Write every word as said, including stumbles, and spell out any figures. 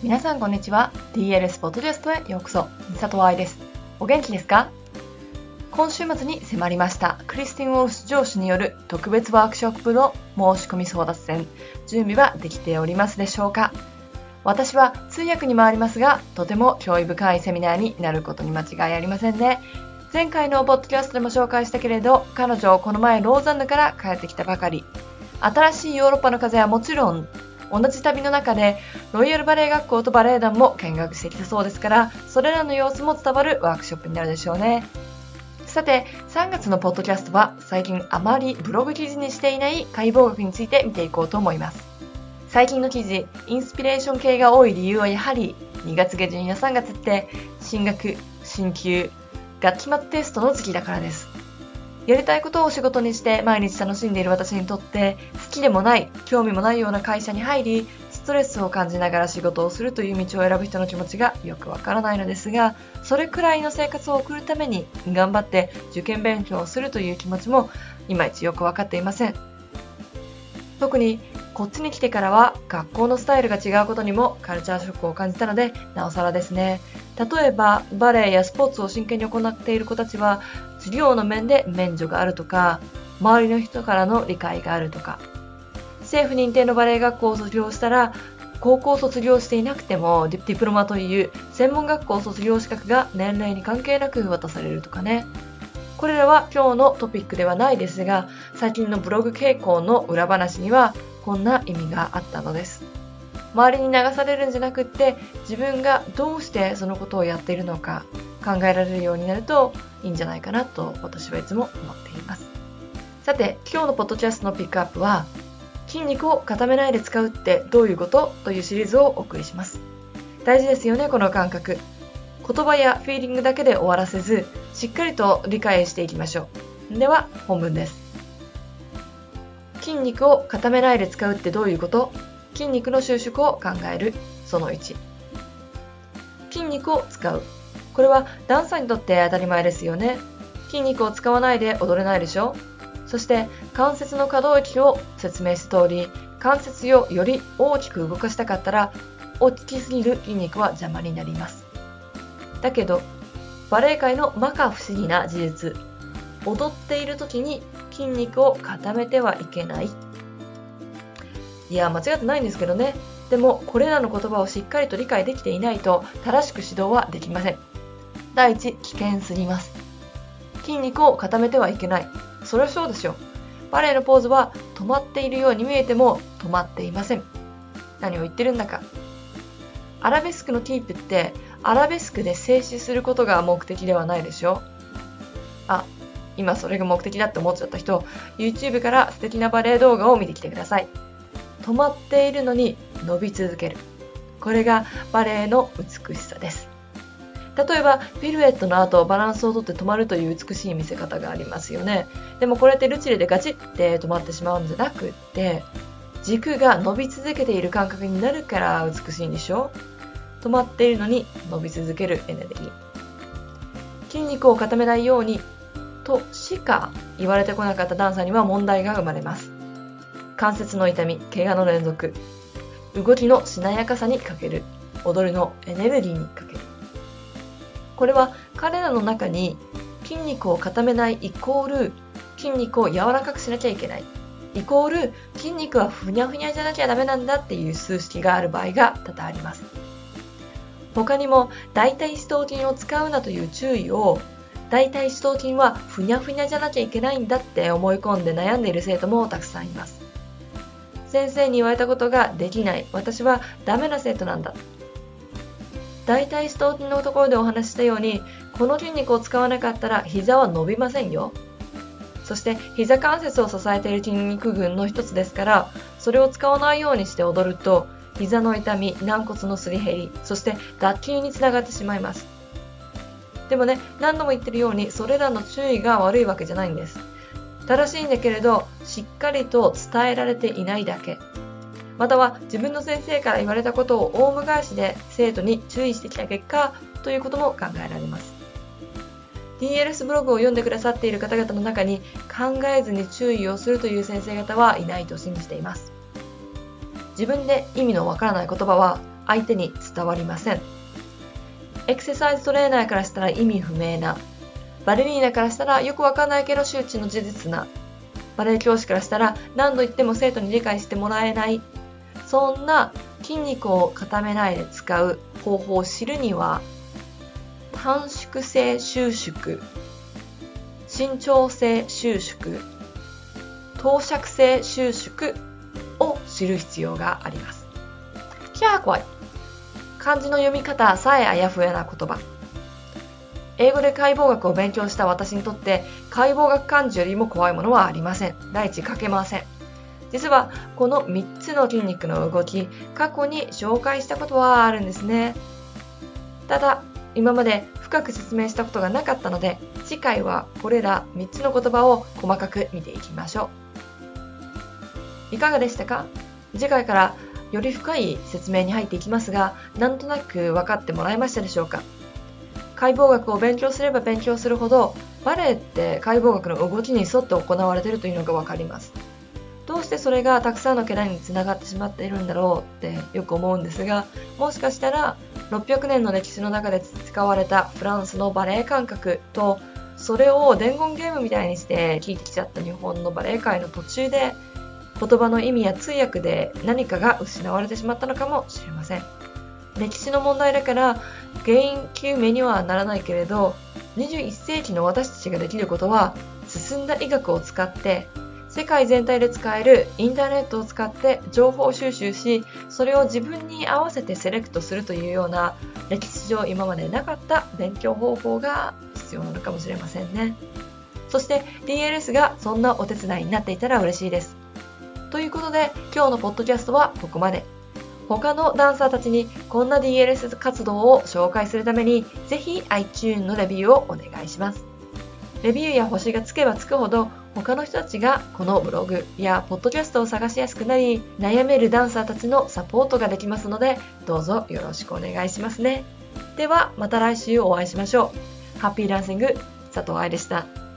皆さんこんにちは。 ディーエルエス ポッドキャストへようこそ。みさとあいです。お元気ですか？今週末に迫りましたクリスティン・ウォルス上司による特別ワークショップの申し込み争奪戦、準備はできておりますでしょうか？私は通訳に回りますが、とても興味深いセミナーになることに間違いありませんね。前回のポッドキャストでも紹介したけれど、彼女この前ローザンヌから帰ってきたばかり。新しいヨーロッパの風はもちろん、同じ旅の中でロイヤルバレエ学校とバレエ団も見学してきたそうですから、それらの様子も伝わるワークショップになるでしょうね。さて、さんがつのポッドキャストは最近あまりブログ記事にしていない解剖学について見ていこうと思います。最近の記事、インスピレーション系が多い理由はやはりにがつ下旬やさんがつって進学、進級、学期末テストの時期だからです。やりたいことを仕事にして毎日楽しんでいる私にとって、好きでもない、興味もないような会社に入り、ストレスを感じながら仕事をするという道を選ぶ人の気持ちがよくわからないのですが、それくらいの生活を送るために頑張って受験勉強をするという気持ちもいまいちよくわかっていません。特にこっちに来てからは学校のスタイルが違うことにもカルチャーショックを感じたので、なおさらですね。例えばバレエやスポーツを真剣に行っている子たちは授業の面で免除があるとか、周りの人からの理解があるとか、政府認定のバレエ学校を卒業したら高校を卒業していなくてもディプロマという専門学校卒業資格が年齢に関係なく渡されるとかね。これらは今日のトピックではないですが、最近のブログ傾向の裏話にはこんな意味があったのです。周りに流されるんじゃなくって、自分がどうしてそのことをやっているのか考えられるようになるといいんじゃないかなと私はいつも思っています。さて、今日のポッドキャストのピックアップは、筋肉を固めないで使うってどういうことというシリーズをお送りします。大事ですよね、この感覚。言葉やフィーリングだけで終わらせず、しっかりと理解していきましょう。では本文です。筋肉を固めないで使うってどういうこと？筋肉の収縮を考える。そのいち。筋肉を使う。これはダンサーにとって当たり前ですよね。筋肉を使わないで踊れないでしょ。そして関節の可動域を説明した通り、関節をより大きく動かしたかったら、大きすぎる筋肉は邪魔になります。だけどバレエ界の摩訶不思議な事実、踊っている時に筋肉を固めてはいけない。いや、間違ってないんですけどね。でもこれらの言葉をしっかりと理解できていないと正しく指導はできません。第一、危険すぎます。筋肉を固めてはいけない。それはそうですよ。バレエのポーズは止まっているように見えても止まっていません。何を言ってるんだか。アラベスクのキープってアラベスクで静止することが目的ではないでしょ。あ、今それが目的だって思っちゃった人、YouTube から素敵なバレエ動画を見てきてください。止まっているのに伸び続ける。これがバレエの美しさです。例えばピルエットの後バランスをとって止まるという美しい見せ方がありますよね。でもこれってルチレでガチって止まってしまうんじゃなくって、軸が伸び続けている感覚になるから美しいんでしょ。止まっているのに伸び続けるエネルギー。筋肉を固めないようにとしか言われてこなかったダンサーには問題が生まれます。関節の痛み、怪我の連続、動きのしなやかさに欠ける、踊りのエネルギーに欠ける。これは彼らの中に筋肉を固めないイコール筋肉を柔らかくしなきゃいけない、イコール筋肉はふにゃふにゃじゃなきゃダメなんだっていう数式がある場合が多々あります。他にも大腿四頭筋を使うなという注意を、大腿四頭筋はふにゃふにゃじゃなきゃいけないんだって思い込んで悩んでいる生徒もたくさんいます。先生に言われたことができない、私はダメな生徒なんだ。大腿四頭筋のところでお話ししたように、この筋肉を使わなかったら膝は伸びませんよ。そして膝関節を支えている筋肉群の一つですから、それを使わないようにして踊ると膝の痛み、軟骨のすり減り、そして脱臼につながってしまいます。でもね、何度も言ってるように、それらの注意が悪いわけじゃないんです。正しいんだけれど、しっかりと伝えられていないだけ。または自分の先生から言われたことをオウム返しで生徒に注意してきた結果ということも考えられます。ディーエルエス ブログを読んでくださっている方々の中に、考えずに注意をするという先生方はいないと信じています。自分で意味のわからない言葉は相手に伝わりません。エクササイズトレーナーからしたら意味不明な、バレリーナからしたらよくわかんないけど周知の事実な、バレエ教師からしたら何度言っても生徒に理解してもらえない、そんな筋肉を固めないで使う方法を知るには、短縮性収縮、伸長性収縮、等尺性収縮を知る必要があります。キャー怖い。漢字の読み方さえあやふやな言葉。英語で解剖学を勉強した私にとって解剖学漢字よりも怖いものはありません。第一書けません。実はこのみっつの筋肉の動き、過去に紹介したことはあるんですね。ただ今まで深く説明したことがなかったので、次回はこれらみっつの言葉を細かく見ていきましょう。いかがでしたか？次回からより深い説明に入っていきますが、なんとなく分かってもらえましたでしょうか？解剖学を勉強すれば勉強するほど、バレエって解剖学の動きに沿って行われているというのが分かります。どうしてそれがたくさんの怪我につながってしまっているんだろうってよく思うんですが、もしかしたらろっぴゃくねんの歴史の中で使われたフランスのバレエ感覚と、それを伝言ゲームみたいにして聞いてきちゃった日本のバレエ界の途中で、言葉の意味や通訳で何かが失われてしまったのかもしれません。歴史の問題だから原因究明にはならないけれど、にじゅういっせいきの私たちができることは、進んだ医学を使って世界全体で使えるインターネットを使って情報収集し、それを自分に合わせてセレクトするというような、歴史上今までなかった勉強方法が必要なのかもしれませんね。そして ディーエルエス がそんなお手伝いになっていたら嬉しいです。ということで今日のポッドキャストはここまで。他のダンサーたちにこんな ディーエルエス 活動を紹介するために、ぜひ iTunes のレビューをお願いします。レビューや星がつけばつくほど、他の人たちがこのブログやポッドキャストを探しやすくなり、悩めるダンサーたちのサポートができますので、どうぞよろしくお願いしますね。ではまた来週お会いしましょう。ハッピーダンシング、佐藤愛でした。